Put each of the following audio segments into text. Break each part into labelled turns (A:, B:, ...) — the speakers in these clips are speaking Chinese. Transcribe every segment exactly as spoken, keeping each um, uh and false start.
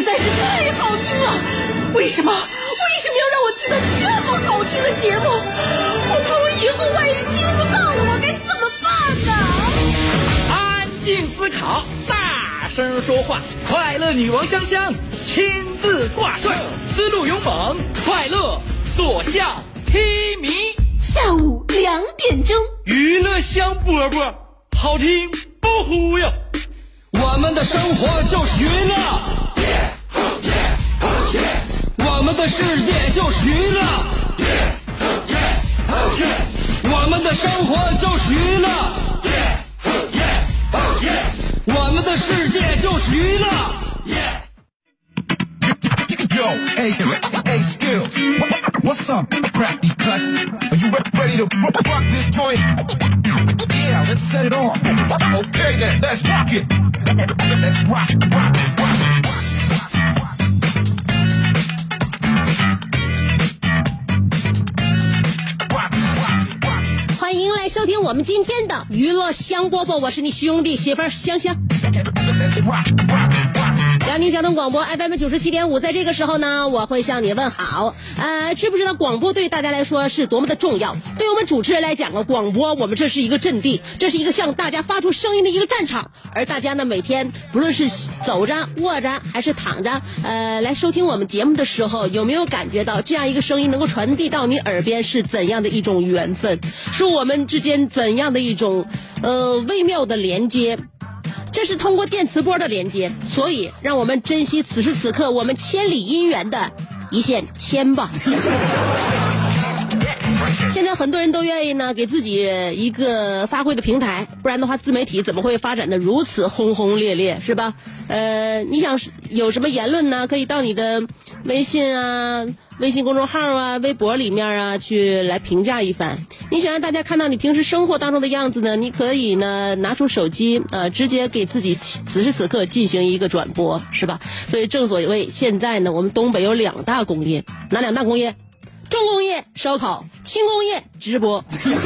A: 在是太好听了，为什么为什么要让我听到这么好听的节目？我怕我以后万一听不到了，我该怎么办呢？
B: 安静思考，大声说话，快乐女王香香亲自挂帅，思路勇猛，快乐所向披靡。
A: 下午两点钟，
B: 娱乐香饽饽，好听不忽悠。
C: 我们的生活就是娱乐，
D: yeah, oh yeah, oh yeah.
C: 我们的世界就是娱乐，
D: yeah, oh yeah, oh yeah.
C: 我们的生活就是娱乐，
D: yeah, oh yeah, oh yeah.
C: 我们的世界就是娱乐。
D: Yeah.
E: Yo, hey, hey, skills. What's up, crafty cuts? Are you ready to rock this joint? Yeah, let's set it off. Okay then, let's rock it. Let's rock, rock, rock.
A: 欢迎来收听我们今天的娱乐香饽饽，我是你兄弟媳妇儿香香。辽宁交通广播 F M 九十七点五，在这个时候呢，我会向你问好。呃，知不知道广播对大家来说是多么的重要？对我们主持人来讲啊，广播我们这是一个阵地，这是一个向大家发出声音的一个战场。而大家呢，每天不论是走着、卧着还是躺着，呃，来收听我们节目的时候，有没有感觉到这样一个声音能够传递到你耳边是怎样的一种缘分？是我们之间怎样的一种呃微妙的连接？这是通过电磁波的连接，所以让我们珍惜此时此刻我们千里姻缘的一线牵吧。现在很多人都愿意呢给自己一个发挥的平台，不然的话自媒体怎么会发展的如此轰轰烈烈，是吧？呃，你想有什么言论呢，可以到你的微信啊、微信公众号啊、微博里面啊去来评价一番。你想让大家看到你平时生活当中的样子呢，你可以呢拿出手机呃直接给自己此时此刻进行一个转播，是吧？所以正所谓现在呢，我们东北有两大工业，哪两大工业？重工业烧烤，轻工业直播。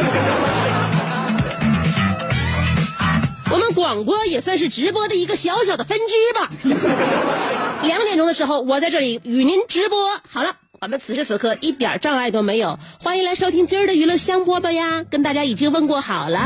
A: 我们广播也算是直播的一个小小的分支吧。两点钟的时候，我在这里与您直播。好了，我们此时此刻一点障碍都没有，欢迎来收听今儿的娱乐香饽饽呀！跟大家已经问过好了。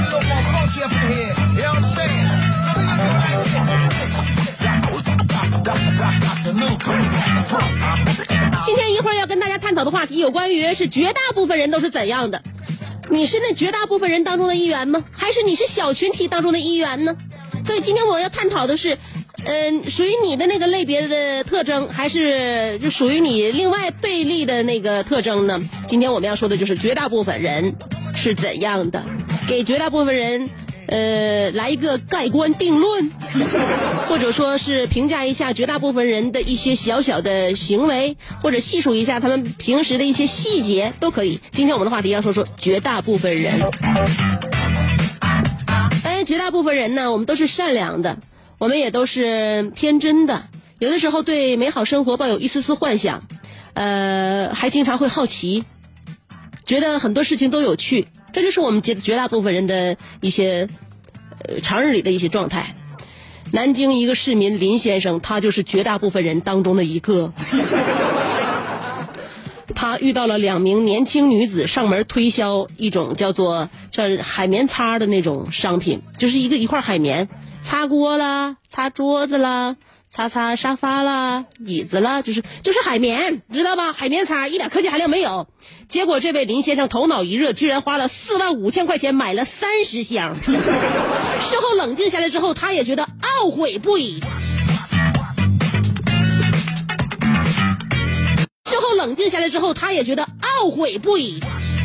A: 今天一会儿要跟大家探讨的话题有关于是绝大部分人都是怎样的。你是那绝大部分人当中的一员吗？还是你是小群体当中的一员呢？所以今天我要探讨的是嗯、呃，属于你的那个类别的特征，还是就属于你另外对立的那个特征呢？今天我们要说的就是绝大部分人是怎样的，给绝大部分人呃来一个盖棺定论，或者说是评价一下绝大部分人的一些小小的行为，或者细数一下他们平时的一些细节都可以。今天我们的话题要说说绝大部分人。当然绝大部分人呢，我们都是善良的，我们也都是天真的，有的时候对美好生活抱有一丝丝幻想，呃，还经常会好奇，觉得很多事情都有趣，这就是我们绝绝大部分人的一些呃常日里的一些状态。南京一个市民林先生，他就是绝大部分人当中的一个。他遇到了两名年轻女子上门推销一种叫做叫海绵擦的那种商品，就是一个一块海绵，擦锅啦，擦桌子啦，擦擦沙发啦，椅子啦，就是就是海绵，知道吧？海绵擦一点科技含量没有。结果这位林先生头脑一热，居然花了四万五千块钱买了三十箱。事后冷静下来之后，他也觉得懊悔不已。事后冷静下来之后，他也觉得懊悔不已。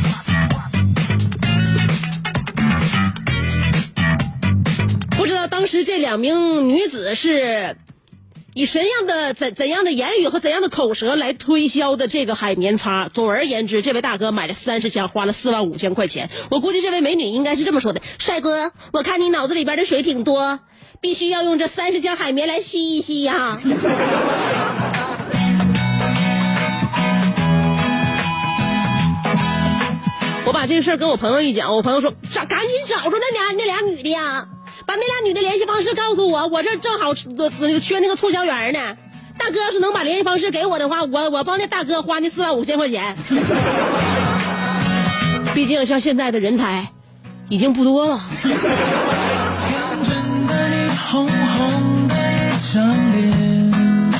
A: 不知道当时这两名女子是以怎样的怎怎样的言语和怎样的口舌来推销的这个海绵擦。总而言之，这位大哥买了三十箱，花了四万五千块钱。我估计这位美女应该是这么说的：帅哥，我看你脑子里边的水挺多，必须要用这三十箱海绵来吸一吸呀。我把这个事儿跟我朋友一讲，我朋友说找赶紧找着那俩那俩女的呀，把那俩女的联系方式告诉我，我这正好缺那个促销员呢。 大哥要是能把联系方式给我的话，我我帮那大哥花那四万五千块钱。毕竟像现在的人才已经不多了。
D: 天真的你，红红的一张脸，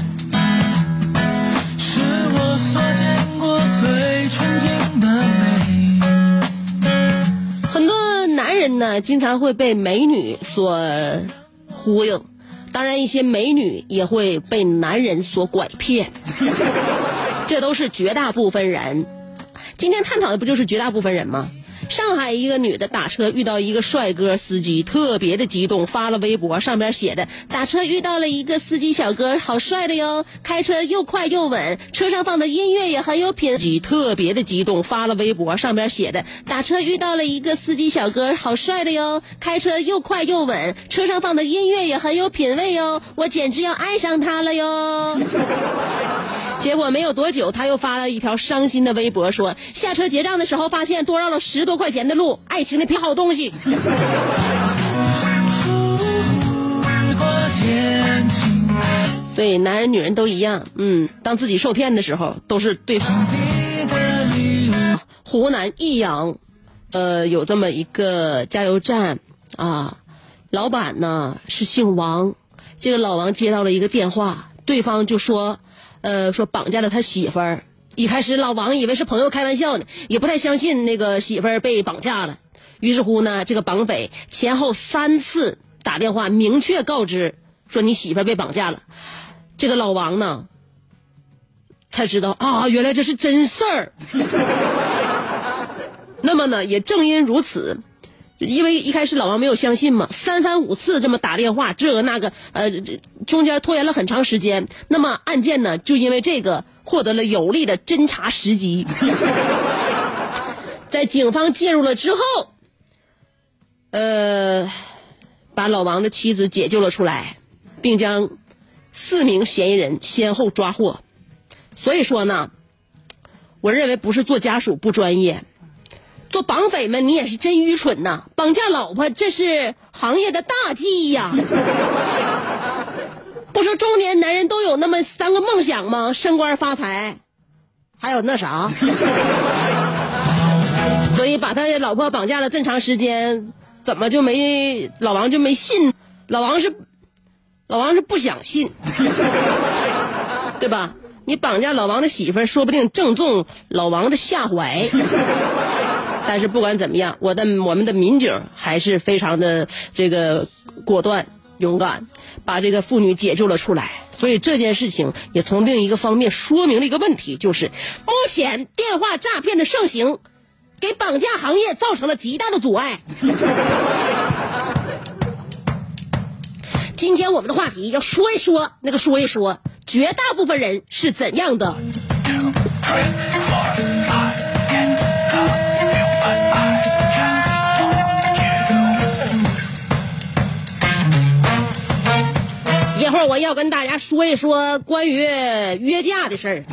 D: 是我所见过最纯净的美。
A: 很多男人呢，经常会被美女所忽悠，当然一些美女也会被男人所拐骗，这都是绝大部分人。今天探讨的不就是绝大部分人吗？上海一个女的打车遇到一个帅哥司机，特别的激动，发了微博，上面写的打车遇到了一个司机小哥，好帅的哟，开车又快又稳，车上放的音乐也很有品味，特别的激动，发了微博，上面写的打车遇到了一个司机小哥，好帅的哟，开车又快又稳，车上放的音乐也很有品味哟，我简直要爱上他了哟。结果没有多久，他又发了一条伤心的微博，说下车结账的时候发现多绕了十多块钱的路，爱情的皮好东西。所以男人女人都一样，嗯，当自己受骗的时候都是对方。湖南益阳呃有这么一个加油站啊，老板呢是姓王，这个老王接到了一个电话，对方就说呃，说绑架了他媳妇儿。一开始老王以为是朋友开玩笑呢，也不太相信那个媳妇儿被绑架了。于是乎呢，这个绑匪前后三次打电话明确告知说你媳妇儿被绑架了。这个老王呢才知道啊，原来这是真事儿。那么呢，也正因如此，因为一开始老王没有相信嘛，三番五次这么打电话，这个那个，呃，中间拖延了很长时间。那么案件呢，就因为这个获得了有力的侦查时机。在警方介入了之后，呃，把老王的妻子解救了出来，并将四名嫌疑人先后抓获。所以说呢，我认为不是做家属不专业。做绑匪们你也是真愚蠢呐！绑架老婆这是行业的大忌呀！不说中年男人都有那么三个梦想吗？升官发财，还有那啥。所以把他老婆绑架了这么长时间，怎么就没老王就没信？老王是老王是不想信，对吧？你绑架老王的媳妇儿，说不定正中老王的下怀。但是不管怎么样，我的我们的民警还是非常的这个果断勇敢，把这个妇女解救了出来。所以这件事情也从另一个方面说明了一个问题，就是目前电话诈骗的盛行给绑架行业造成了极大的阻碍。今天我们的话题要说一说那个说一说绝大部分人是怎样的。一会儿我要跟大家说一说关于约架的事儿，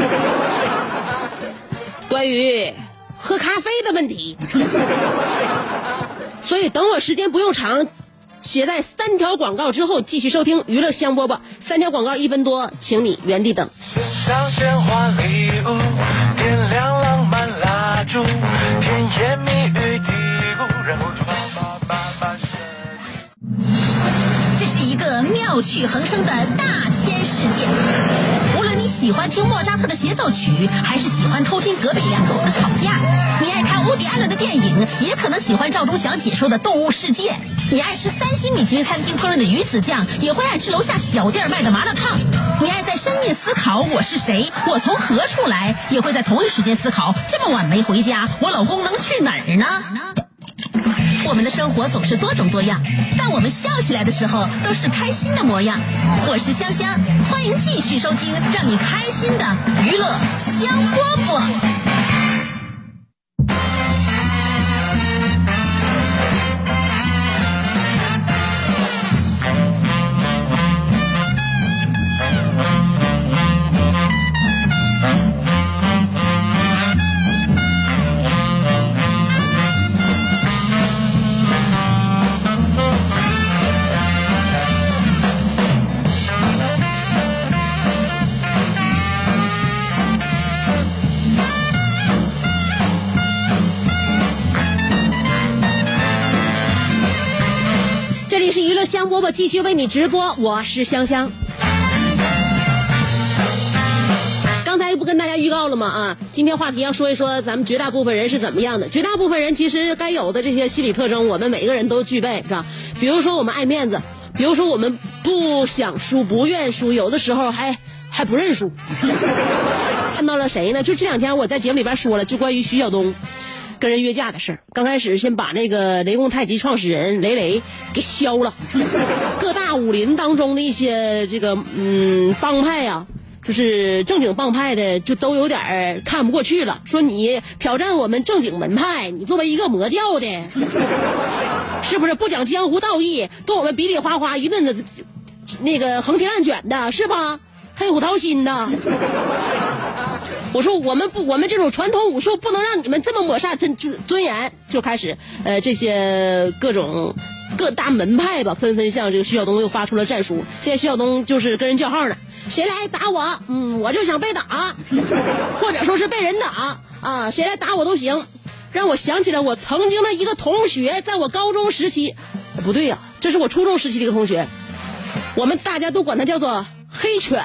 A: 关于喝咖啡的问题。所以等我时间不用长，且在三条广告之后继续收听娱乐香饽饽。三条广告一分多，请你原地等。
D: 像鲜花礼物，点亮浪漫蜡烛，甜言蜜语嘀咕，然后就叭叭叭。
F: 这是一个妙趣横生的大千世界，无论你喜欢听莫扎特的协奏曲，还是喜欢偷听隔壁两口子吵架，你爱看乌迪安伦的电影，也可能喜欢赵忠祥解说的动物世界，你爱吃三星米其林餐厅烹饪的鱼子酱，也会爱吃楼下小店卖的麻辣烫，你爱在深夜思考我是谁，我从何处来，也会在同一时间思考这么晚没回家，我老公能去哪儿呢？我们的生活总是多种多样，但我们笑起来的时候都是开心的模样。我是香香，欢迎继续收听让你开心的娱乐香饽饽。
A: 是娱乐香饽饽继续为你直播，我是香香。刚才不跟大家预告了吗？啊，今天话题要说一说咱们绝大部分人是怎么样的。绝大部分人其实该有的这些心理特征，我们每一个人都具备，是吧？比如说我们爱面子，比如说我们不想输，不愿输，有的时候还还不认输。看到了谁呢？就这两天我在节目里边说了，就关于徐晓东跟人约架的事儿。刚开始先把那个雷公太极创始人雷雷给削了，各大武林当中的一些这个嗯帮派啊，就是正经帮派的，就都有点看不过去了，说你挑战我们正经门派，你作为一个魔教的，是不是不讲江湖道义，跟我们比比划划一顿的，那个横挑乱卷的，是吧？黑虎掏心的。我说我们不，我们这种传统武术不能让你们这么抹杀尊尊严，就开始呃这些各种各大门派吧，纷纷向这个徐晓东又发出了战书。现在徐晓东就是跟人叫号呢，谁来打我，嗯，我就想被打，或者说是被人打啊，谁来打我都行。让我想起了我曾经的一个同学，在我高中时期，不对呀、啊，这是我初中时期的一个同学，我们大家都管他叫做黑犬。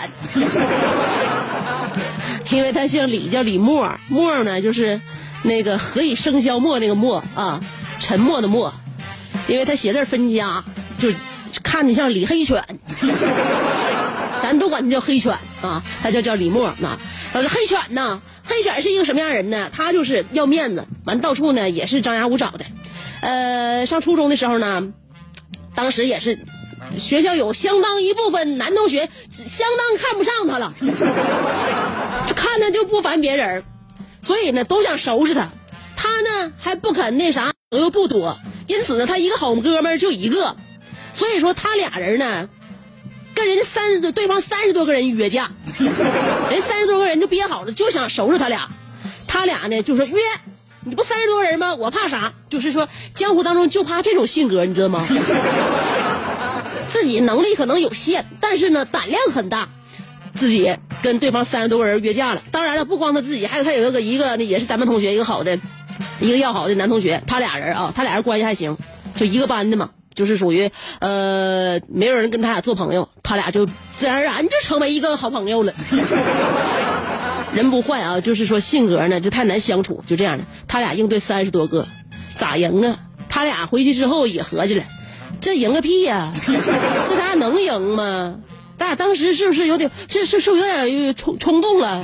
A: 因为他姓李，叫李默，默呢就是那个何以笙箫默那个默啊，沉默的默，因为他写字分家，就看着像李黑犬，咱都管他叫黑犬啊，他就叫李默啊。他说黑犬呢，黑犬是一个什么样人呢？他就是要面子，完到处呢也是张牙舞爪的。呃，上初中的时候呢，当时也是。学校有相当一部分男同学相当看不上他了，看他就不烦别人，所以呢都想收拾他。他呢还不肯那啥，朋友不多，因此呢他一个好哥们就一个，所以说他俩人呢跟人家三十多对方三十多个人约架，人三十多个人就憋好了，就想收拾他俩。他俩呢就说约，你不三十多人吗？我怕啥？就是说江湖当中就怕这种性格，你知道吗？自己能力可能有限，但是呢胆量很大，自己跟对方三十多个人约架了。当然了，不光他自己，还有他有一个一个也是咱们同学一个好的一个要好的男同学，他俩人啊，他俩人关系还行，就一个班的嘛，就是属于呃没有人跟他俩做朋友，他俩就自然而然就成为一个好朋友了。人不坏啊，就是说性格呢就太难相处，就这样的。他俩应对三十多个，咋赢啊？他俩回去之后也合计了。这赢个屁呀、啊！这咱俩能赢吗？咱俩当时是不是有点，这是是不是有点冲冲动了？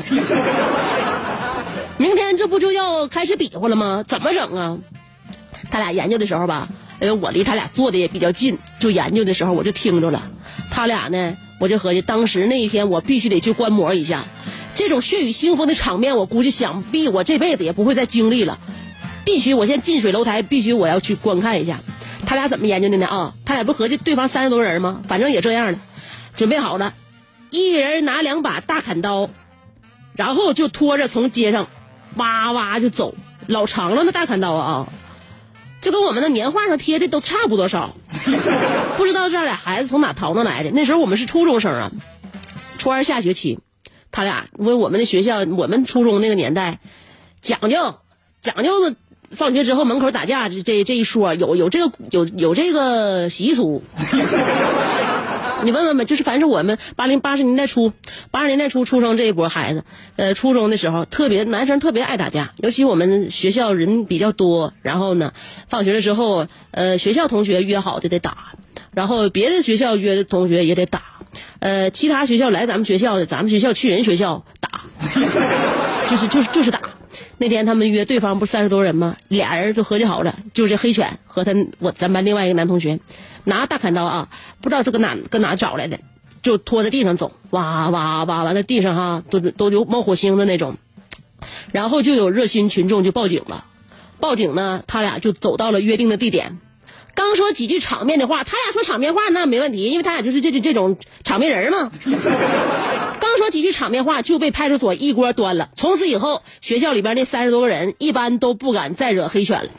A: 明天这不就要开始比划了吗？怎么整啊？他俩研究的时候吧，因为我离他俩坐的也比较近，就研究的时候我就听着了。他俩呢，我就合计，当时那一天我必须得去观摩一下，这种血雨腥风的场面，我估计想必我这辈子也不会再经历了。必须我先近水楼台，必须我要去观看一下。他俩怎么研究的呢？啊，他俩不合计对方三十多人吗？反正也这样的，准备好了，一人拿两把大砍刀，然后就拖着从街上哇哇就走，老长了那大砍刀啊，就跟我们的年画上贴的都差不多少。不知道这俩孩子从哪淘弄来的。那时候我们是初中生啊，初二下学期，他俩因为我们的学校，我们初中那个年代讲究讲究的。放学之后门口打架，这这这一说有有这个有有这个习俗。你问问吧，就是凡是我们八零八十年代初八十年代初出生这一波孩子，呃，初中的时候特别男生特别爱打架，尤其我们学校人比较多，然后呢，放学的时候，呃，学校同学约好的得打，然后别的学校约的同学也得打，呃，其他学校来咱们学校的，咱们学校去人学校打，就是就是就是打。那天他们约对方不是三十多人吗？俩人就合计好了，就是这黑犬和他我咱班另外一个男同学，拿大砍刀啊，不知道这个哪搁哪找来的，就拖在地上走，哇哇哇，完了地上哈都都有冒火星的那种，然后就有热心群众就报警了，报警呢，他俩就走到了约定的地点，刚说几句场面的话，他俩说场面话那没问题，因为他俩就是这这这种场面人嘛。刚说几句场面话就被派出所一锅端了，从此以后学校里边那三十多个人一般都不敢再惹黑犬了。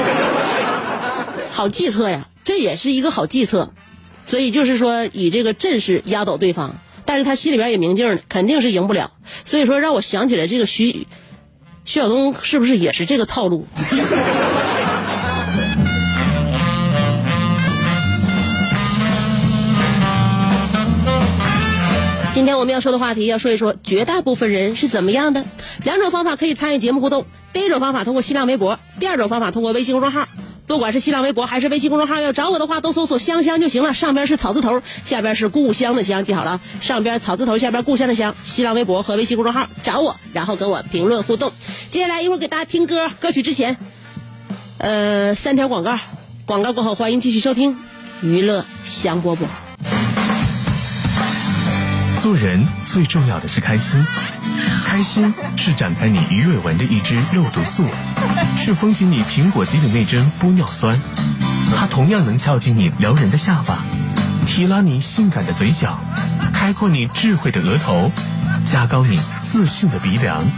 A: 好计策呀，这也是一个好计策，所以就是说以这个阵势压倒对方，但是他心里边也明镜的，肯定是赢不了，所以说让我想起来这个徐徐晓东是不是也是这个套路？ 们要说的话题，要说一说绝大部分人是怎么样的。两种方法可以参与节目互动，第一种方法通过新浪微博，第二种方法通过微信公众号。不管是新浪微博还是微信公众号，要找我的话都搜索香香就行了，上边是草字头，下边是故乡的乡，记好了，上边草字头，下边故乡的乡。新浪微博和微信公众号找我，然后跟我评论互动。接下来一会儿给大家听歌，歌曲之前呃三条广告，广告过后欢迎继续收听娱乐香饽饽。
G: 做人最重要的是开心，开心是展开你鱼尾纹的一支肉毒素，是封紧你苹果肌的那针玻尿酸，它同样能翘起你撩人的下巴，提拉你性感的嘴角，开阔你智慧的额头，加高你自信的鼻梁。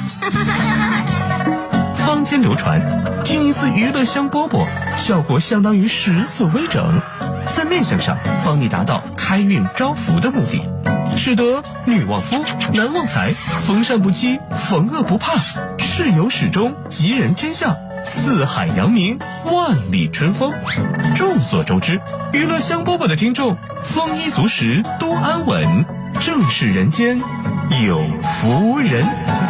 G: 坊间流传，听一次娱乐香饽饽，效果相当于十次微整，在面相上帮你达到开运招福的目的，使得女旺夫，男旺财，逢善不欺，逢恶不怕，事有始终，吉人天下，四海扬名，万里春风。众所周知，娱乐香饽饽的听众丰衣足食，都安稳，正是人间有福人。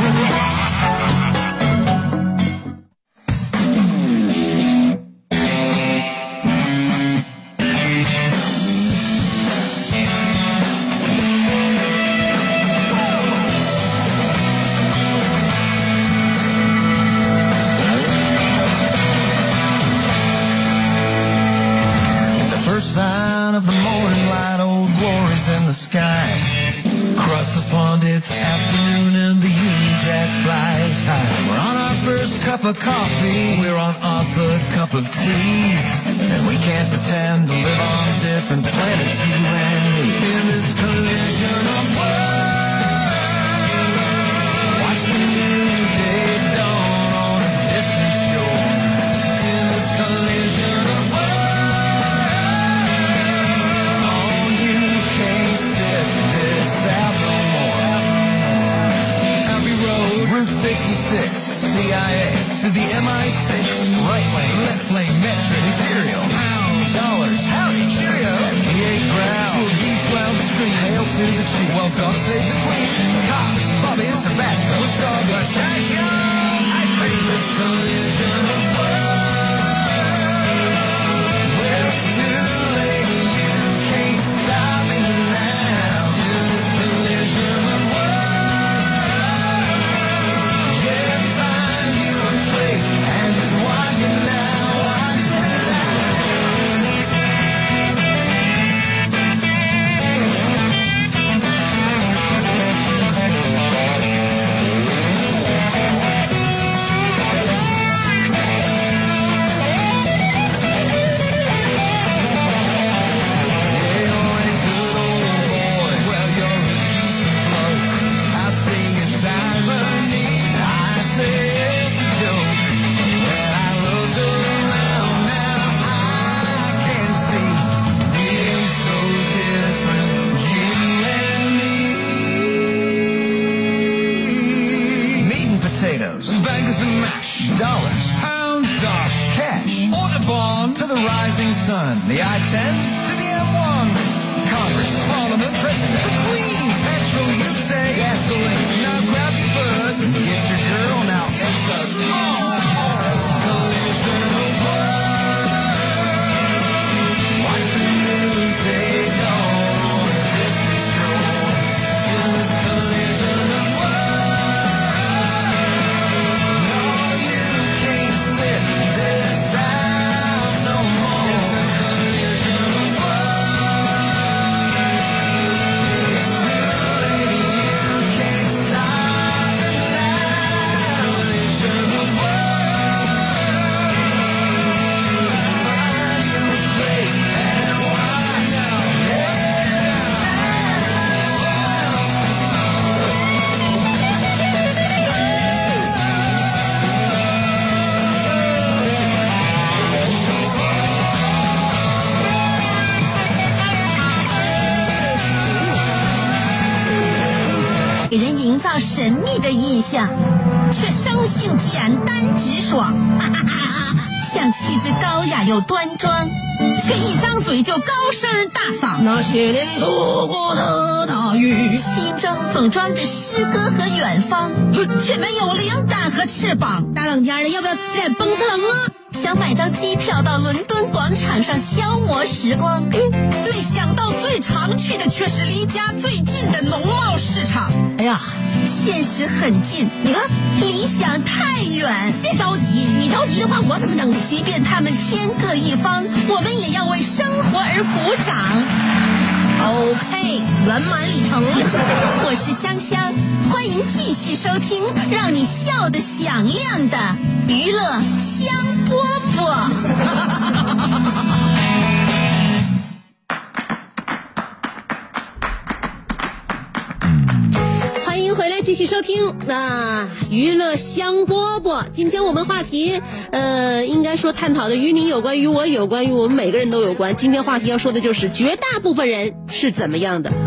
E: Sign of the morning light, old glory's in the sky. Across the pond it's afternoon and the Union Jack flies high. We're on our first cup of coffee, we're on our third cup of tea, and we can't pretend to live on different planets, you and me. In this collision of worlds, watch the new day dawn on a distant shore. In this collision of worlds, sixty-six, C I A to the M I six, right lane, left lane, Metro, Imperial, pounds, dollars, howdy, cheerio, V eight ground, to a V twelve screen, hail to the chief, well God save the queen, cops, Bobby and Tabasco, what's up, West Asia, ice cream, this collision of worlds, where it's too late, you can't stop me now, this collision of worlds. And just watch it now, watch it bankers and mash, dollars, pounds, dosh, cash, Audubon to the rising sun, the I ten to the M one, Congress, Parliament, President, the Queen, petrol, you say, gasoline, now grab your bird, get your girl, now it's a small collision of worlds, watch the new day dawn on a distant shore, in this collision of worlds.
F: 给人营造神秘的印象，却生性简单直爽，哈哈哈哈，像气质高雅又端庄， 却一张嘴就高声大嗓。
A: 那些年错过的大雨，
F: 心中总装着诗歌和远方，却没有灵感和翅膀。
A: 大冷天的，要不要吃点蹦特冷啊？
F: 想买张机票到伦敦广场上消磨时光，没想到最常去的却是离家最近的农贸市场。
A: 哎呀，
F: 现实很近，你看理想太远。
A: 别着急，你着急的话我怎么整？
F: 即便他们天各一方，我们也要为生活而鼓掌。
A: OK， 圆满里程。
F: 我是香香，欢迎继续收听让你笑得响亮的娱乐香饽饽。
A: 欢迎回来继续收听啊，娱乐香饽饽。今天我们话题呃应该说探讨的与你有关，与我有关，与我们每个人都有关。今天话题要说的就是绝大部分人是怎么样的。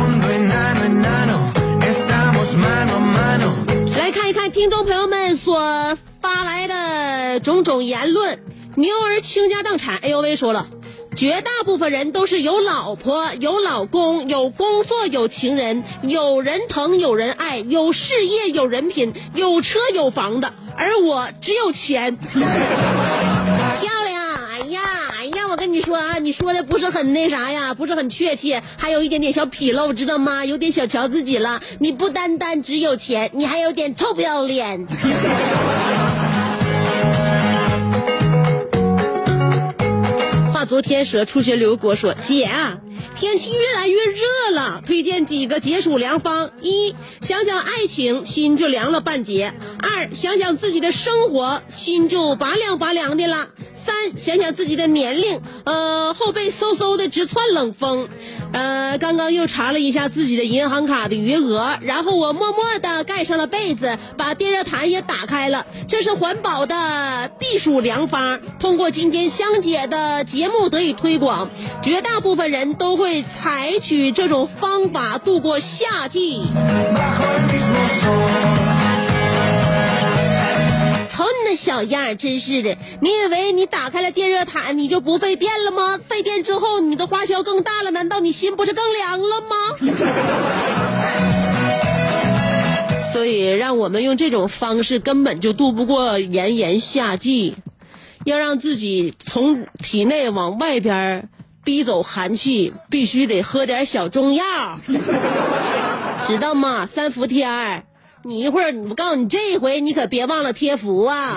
A: 来看一看听众朋友们所发来的种种言论。牛儿倾家荡产，哎呦喂，说了绝大部分人都是有老婆有老公有工作有情人，有人疼有人爱，有事业有人品，有车有房的，而我只有钱。漂亮，哎呀哎呀，我跟你说啊，你说的不是很那啥呀，不是很确切，还有一点点小纰漏，知道吗？有点小瞧自己了。你不单单只有钱，你还有点臭不要脸。昨天说初学刘国说，姐啊，天气越来越热了，推荐几个解暑良方。一，想想爱情，心就凉了半截；二，想想自己的生活，心就拔凉拔凉的了；三，想想自己的年龄，呃，后背嗖嗖的直窜冷风。呃，刚刚又查了一下自己的银行卡的余额，然后我默默的盖上了被子，把电热毯也打开了。这是环保的避暑良方，通过今天香姐的节目得以推广，绝大部分人都会采取这种方法度过夏季。瞅你那小样，真是的！你以为你打开了电热毯你就不费电了吗？费电之后你的花销更大了，难道你心不是更凉了吗？所以让我们用这种方式根本就度不过炎炎夏季，要让自己从体内往外边逼走寒气，必须得喝点小中药，知道吗？三伏天儿，你一会儿我告诉你，这回你可别忘了贴符啊。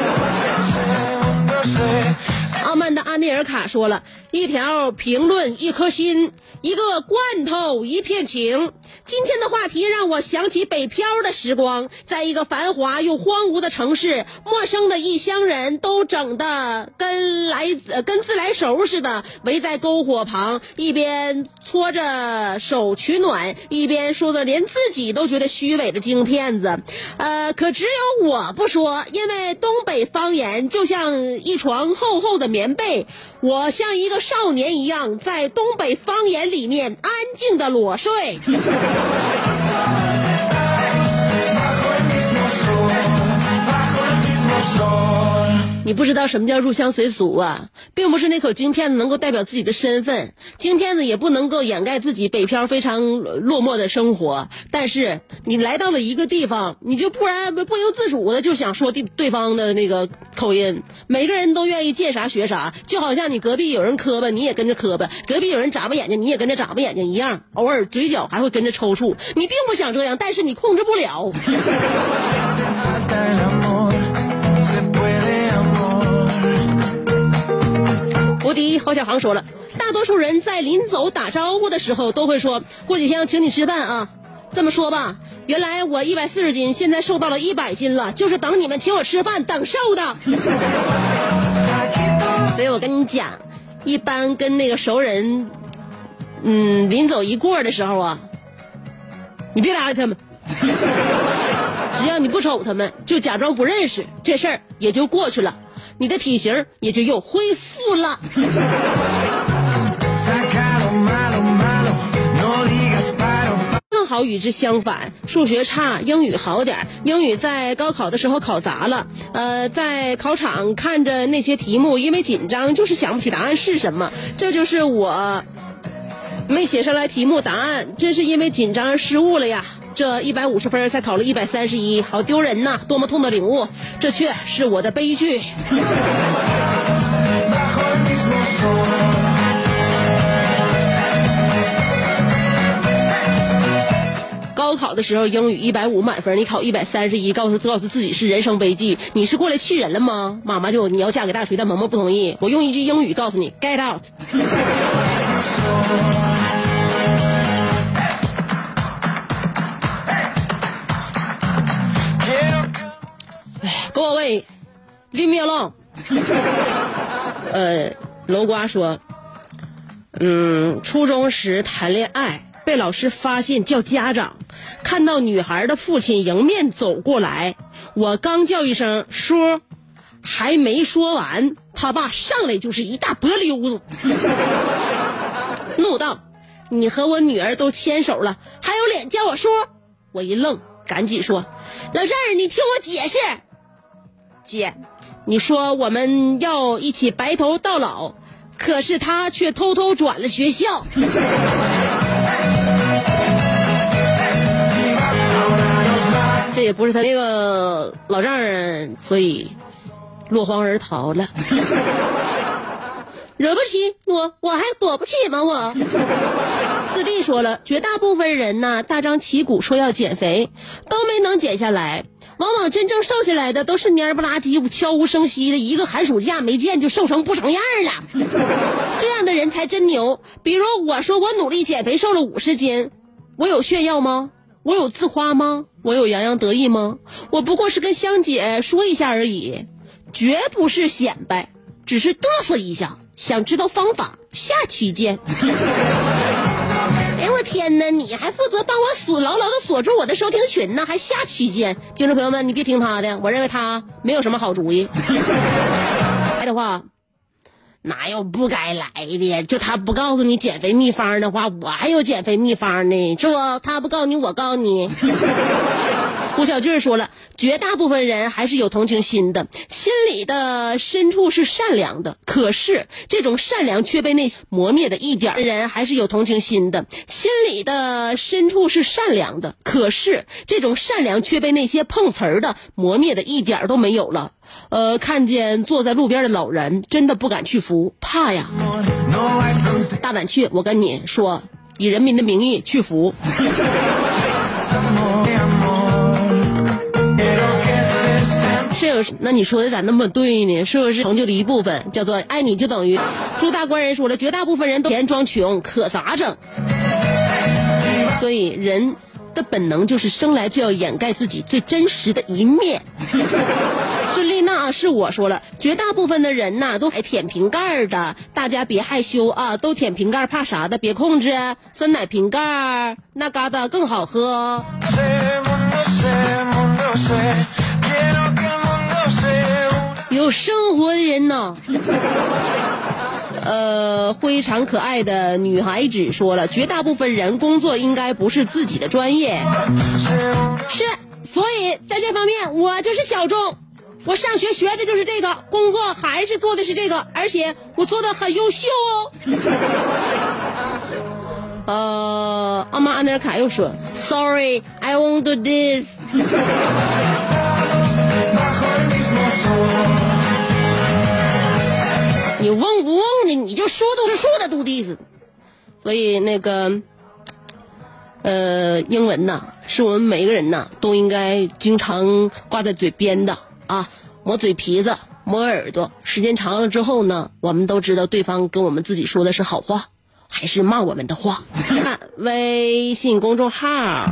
A: 傲慢的安内尔卡说了，一条评论一颗心，一个罐头一片情。今天的话题让我想起北漂的时光，在一个繁华又荒芜的城市，陌生的异乡人都整得跟来呃跟自来熟似的，围在篝火旁，一边搓着手取暖，一边说着连自己都觉得虚伪的京片子。呃，可只有我不说，因为东北方言就像一床厚厚的棉被，我像一个少年一样在东北方言里面安静的裸睡。你不知道什么叫入乡随俗啊，并不是那口京片子能够代表自己的身份，京片子也不能够掩盖自己北漂非常落寞的生活。但是你来到了一个地方，你就不然不由自主的就想说对对方的那个口音，每个人都愿意见啥学啥，就好像你隔壁有人磕巴，你也跟着磕巴，隔壁有人眨巴眼睛，你也跟着眨巴眼睛一样，偶尔嘴角还会跟着抽搐。你并不想这样，但是你控制不了。无敌郝小航说了，大多数人在临走打招呼的时候都会说，过几天请你吃饭啊。这么说吧，原来我一百四十斤，现在瘦到了一百斤了，就是等你们请我吃饭等瘦的。所以我跟你讲，一般跟那个熟人嗯临走一过的时候啊，你别搭理他们，只要你不瞅他们，就假装不认识，这事儿也就过去了，你的体型也就又恢复了。正好好与之相反，数学差，英语好点，英语在高考的时候考砸了，呃，在考场看着那些题目，因为紧张就是想不起答案是什么，这就是我没写上来题目答案，真是因为紧张失误了呀。这一百五十分才考了一百三十一，好丢人呐！多么痛的领悟，这却是我的悲剧。高考的时候英语一百五满分，你考一百三十一，告诉告诉自己是人生悲剧，你是过来气人了吗？妈妈就你要嫁给大锤，但萌萌不同意。我用一句英语告诉你 ，get out。Go away, leave me alone。呃，楼瓜说，嗯，初中时谈恋爱，被老师发现叫家长，看到女孩的父亲迎面走过来，我刚叫一声叔，还没说完，他爸上来就是一大脖溜子，怒道：“你和我女儿都牵手了，还有脸叫我叔？”我一愣，赶紧说：“老丈人，你听我解释。姐，你说我们要一起白头到老，可是他却偷偷转了学校。”这也不是他那个老丈人，所以落荒而逃了。惹不起我，我还躲不起吗？我四弟说了，绝大部分人呢，大张旗鼓说要减肥，都没能减下来。往往真正瘦下来的都是蔫不拉几、悄无声息的，一个寒暑假没见就瘦成不成样了。这样的人才真牛。比如我说我努力减肥瘦了五十斤，我有炫耀吗？我有自夸吗？我有洋洋得意吗？我不过是跟香姐说一下而已，绝不是显摆，只是嘚瑟一下。想知道方法，下期见。哎我天哪，你还负责帮我锁牢牢的锁住我的收听群呢，还下期见。听众朋友们，你别听他的，我认为他没有什么好主意。来的话哪有不该来的，就他不告诉你减肥秘方的话，我还有减肥秘方呢，是不？他不告诉你，我告诉你。胡小俊说了，绝大部分人还是有同情心的，心里的深处是善良的，可是这种善良却被那磨灭的一点。人还是有同情心的，心里的深处是善良的，可是这种善良却被那些碰瓷儿的磨灭的一点都没有了。呃，看见坐在路边的老人，真的不敢去扶，怕呀。大胆去，我跟你说，以人民的名义去扶。是，那你说的咋那么对呢？是不是成就的一部分？叫做爱你就等于。朱大官人说了，绝大部分人都钱装穷，可咋整？所以人的本能就是生来就要掩盖自己最真实的一面。孙丽娜是我说了，绝大部分的人呐都还舔瓶盖的，大家别害羞啊，都舔瓶盖怕啥的？别控制，酸奶瓶盖那嘎达更好喝。有生活的人呢。呃，非常可爱的女孩子说了，绝大部分人工作应该不是自己的专业。是，所以在这方面我就是小众，我上学学的就是这个，工作还是做的是这个，而且我做的很优秀哦。呃，阿妈安德卡又说 Sorry, I won't do this。 你嗡不嗡的，你就说都是说的都地思。所以那个呃，英文呐，是我们每个人呐都应该经常挂在嘴边的啊，磨嘴皮子，磨耳朵，时间长了之后呢，我们都知道对方跟我们自己说的是好话还是骂我们的话。看微信公众号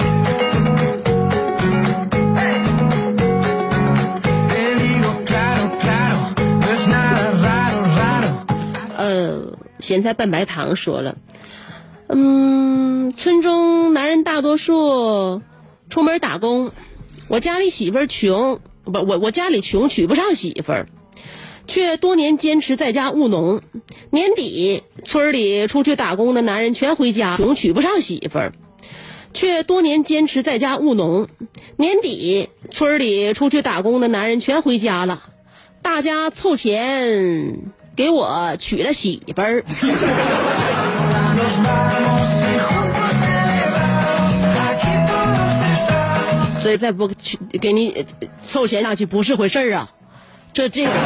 A: 呃，咸菜拌白糖说了，嗯，村中男人大多数出门打工，我家里媳妇儿穷，不，我我家里穷娶不上媳妇儿，却多年坚持在家务农。年底村里出去打工的男人全回家，穷娶不上媳妇儿。 却多年坚持在家务农。年底，村里出去打工的男人全回家了，大家凑钱给我娶了媳妇儿。所以再不给你凑钱上去不是回事儿啊！这这个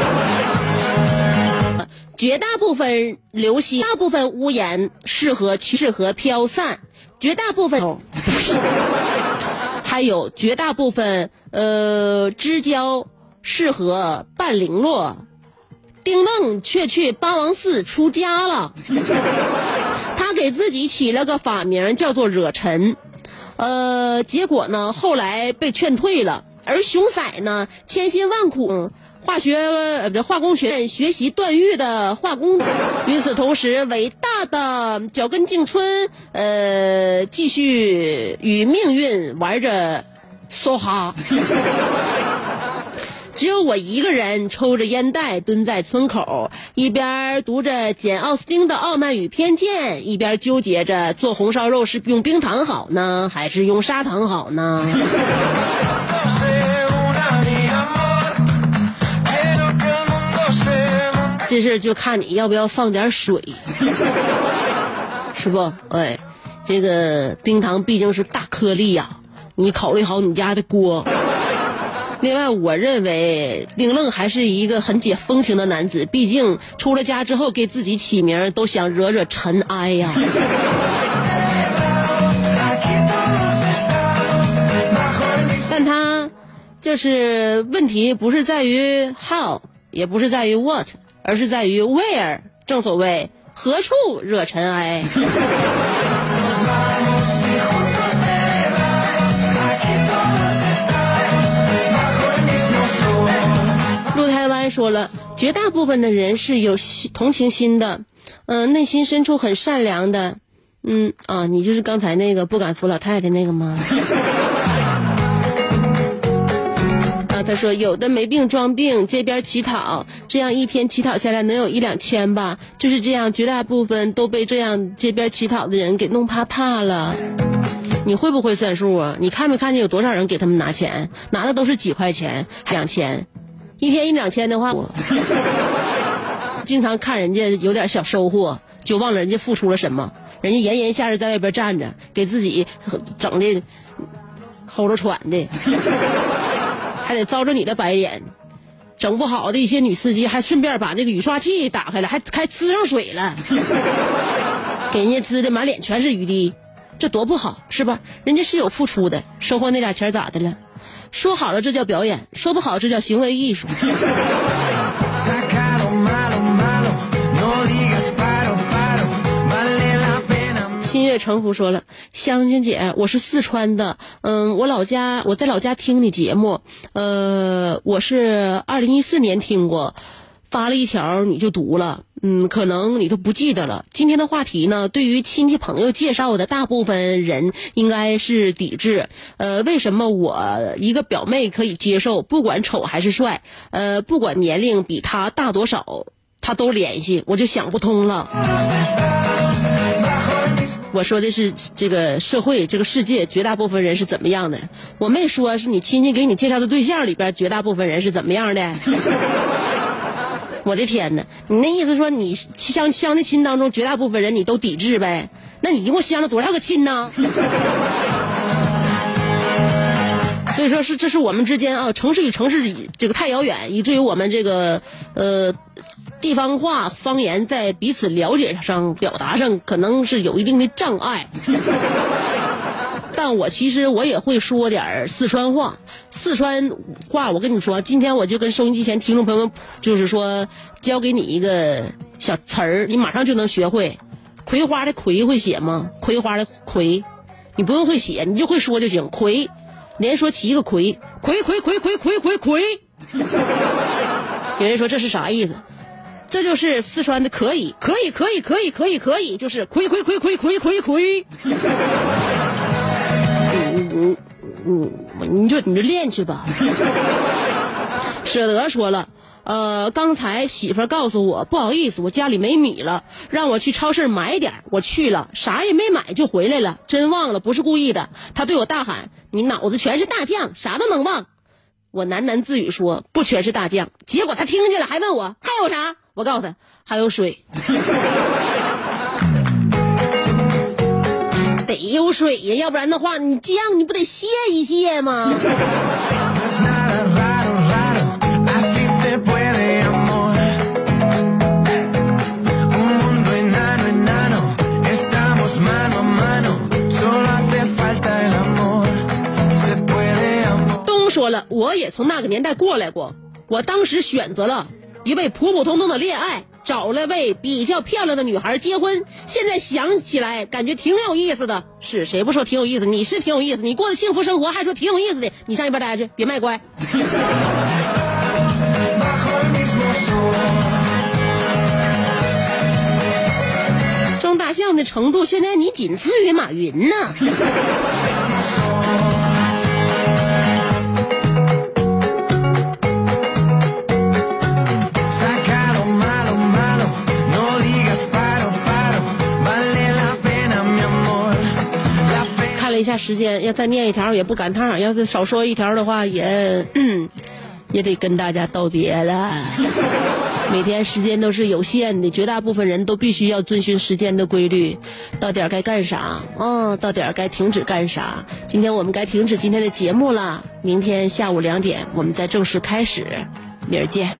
A: 绝大部分流星，大部分屋檐适合适合飘散，绝大部分还有绝大部分呃枝椒适合半零落。丁愣却去八王寺出家了，他给自己起了个法名叫做惹尘。呃，结果呢，后来被劝退了。而熊仔呢，千辛万苦，化学呃不化工学院学习段誉的化工。与此同时，伟大的脚跟静村呃继续与命运玩着梭哈。只有我一个人抽着烟袋蹲在村口，一边读着简奥斯汀的《傲慢与偏见》，一边纠结着做红烧肉是用冰糖好呢，还是用砂糖好呢？这事就看你要不要放点水，是不？哎，这个冰糖毕竟是大颗粒呀、啊，你考虑好你家的锅。另外，我认为丁愣还是一个很解风情的男子，毕竟出了家之后给自己起名都想惹惹尘埃呀。但他就是问题不是在于 how， 也不是在于 what， 而是在于 where。正所谓何处惹尘埃。陆台湾说了，绝大部分的人是有同情心的，嗯、呃，内心深处很善良的，嗯啊，你就是刚才那个不敢扶老太太那个吗？啊，他说有的没病装病，街边乞讨，这样一天乞讨下来能有一两千吧，就是这样，绝大部分都被这样街边乞讨的人给弄怕怕了。你会不会算数啊？你看没看见有多少人给他们拿钱？拿的都是几块钱，还两千。一天一两千的话，我经常看人家有点小收获，就忘了人家付出了什么。人家炎炎夏日在外边站着，给自己整的齁着喘的，还得遭着你的白眼。整不好的一些女司机还顺便把那个雨刷器打开了，还还滋上水了，给人家滋的满脸全是雨滴，这多不好是吧？人家是有付出的，收获那点钱咋的了？说好了这叫表演，说不好这叫行为艺术。新月成福说了，香香姐，我是四川的，嗯，我老家我在老家听你节目，呃，我是二零一四年听过，发了一条你就读了，嗯，可能你都不记得了。今天的话题呢，对于亲戚朋友介绍的大部分人应该是抵制。呃，为什么我一个表妹可以接受，不管丑还是帅，呃，不管年龄比他大多少，他都联系，我就想不通了。我说的是这个社会这个世界绝大部分人是怎么样的，我没说是你亲戚给你介绍的对象里边绝大部分人是怎么样的。我的天哪，你那意思说你相相的亲当中绝大部分人你都抵制呗？那你一共相了多少个亲呢？所以说是这是我们之间啊，城市与城市这个太遥远，以至于我们这个呃地方话方言在彼此了解上表达上可能是有一定的障碍。但我其实我也会说点四川话，四川话我跟你说，今天我就跟收音机前听众朋友们就是说教给你一个小词儿，你马上就能学会。葵花的葵会写吗？葵花的葵你不用会写，你就会说就行。葵连说七个葵，葵葵葵葵葵葵葵。有人说这是啥意思？这就是四川的可以可以可以可以可以可以，就是葵葵葵葵葵葵葵。嗯嗯，你就你就练去吧。舍得说了， 呃，刚才媳妇儿告诉我，不好意思，我家里没米了，让我去超市买点。我去了，啥也没买就回来了，真忘了，不是故意的。他对我大喊：“你脑子全是大酱，啥都能忘。”我喃喃自语说：“不全是大酱。”结果他听见了，还问我还有啥？我告诉他还有水。得有水呀，要不然的话，你酱你不得卸一卸吗？东说了，我也从那个年代过来过，我当时选择了一位普普通通的恋爱，找了位比较漂亮的女孩结婚。现在想起来感觉挺有意思的，是谁不说挺有意思？你是挺有意思，你过的幸福生活还说挺有意思的，你上一边待着，别卖乖。装大象的程度，现在你仅次于马云呢。看了一下时间，要再念一条也不赶趟，要是少说一条的话也也得跟大家道别了。每天时间都是有限的，绝大部分人都必须要遵循时间的规律，到点该干啥，嗯，到点该停止干啥。今天我们该停止今天的节目了，明天下午两点我们再正式开始，明儿见。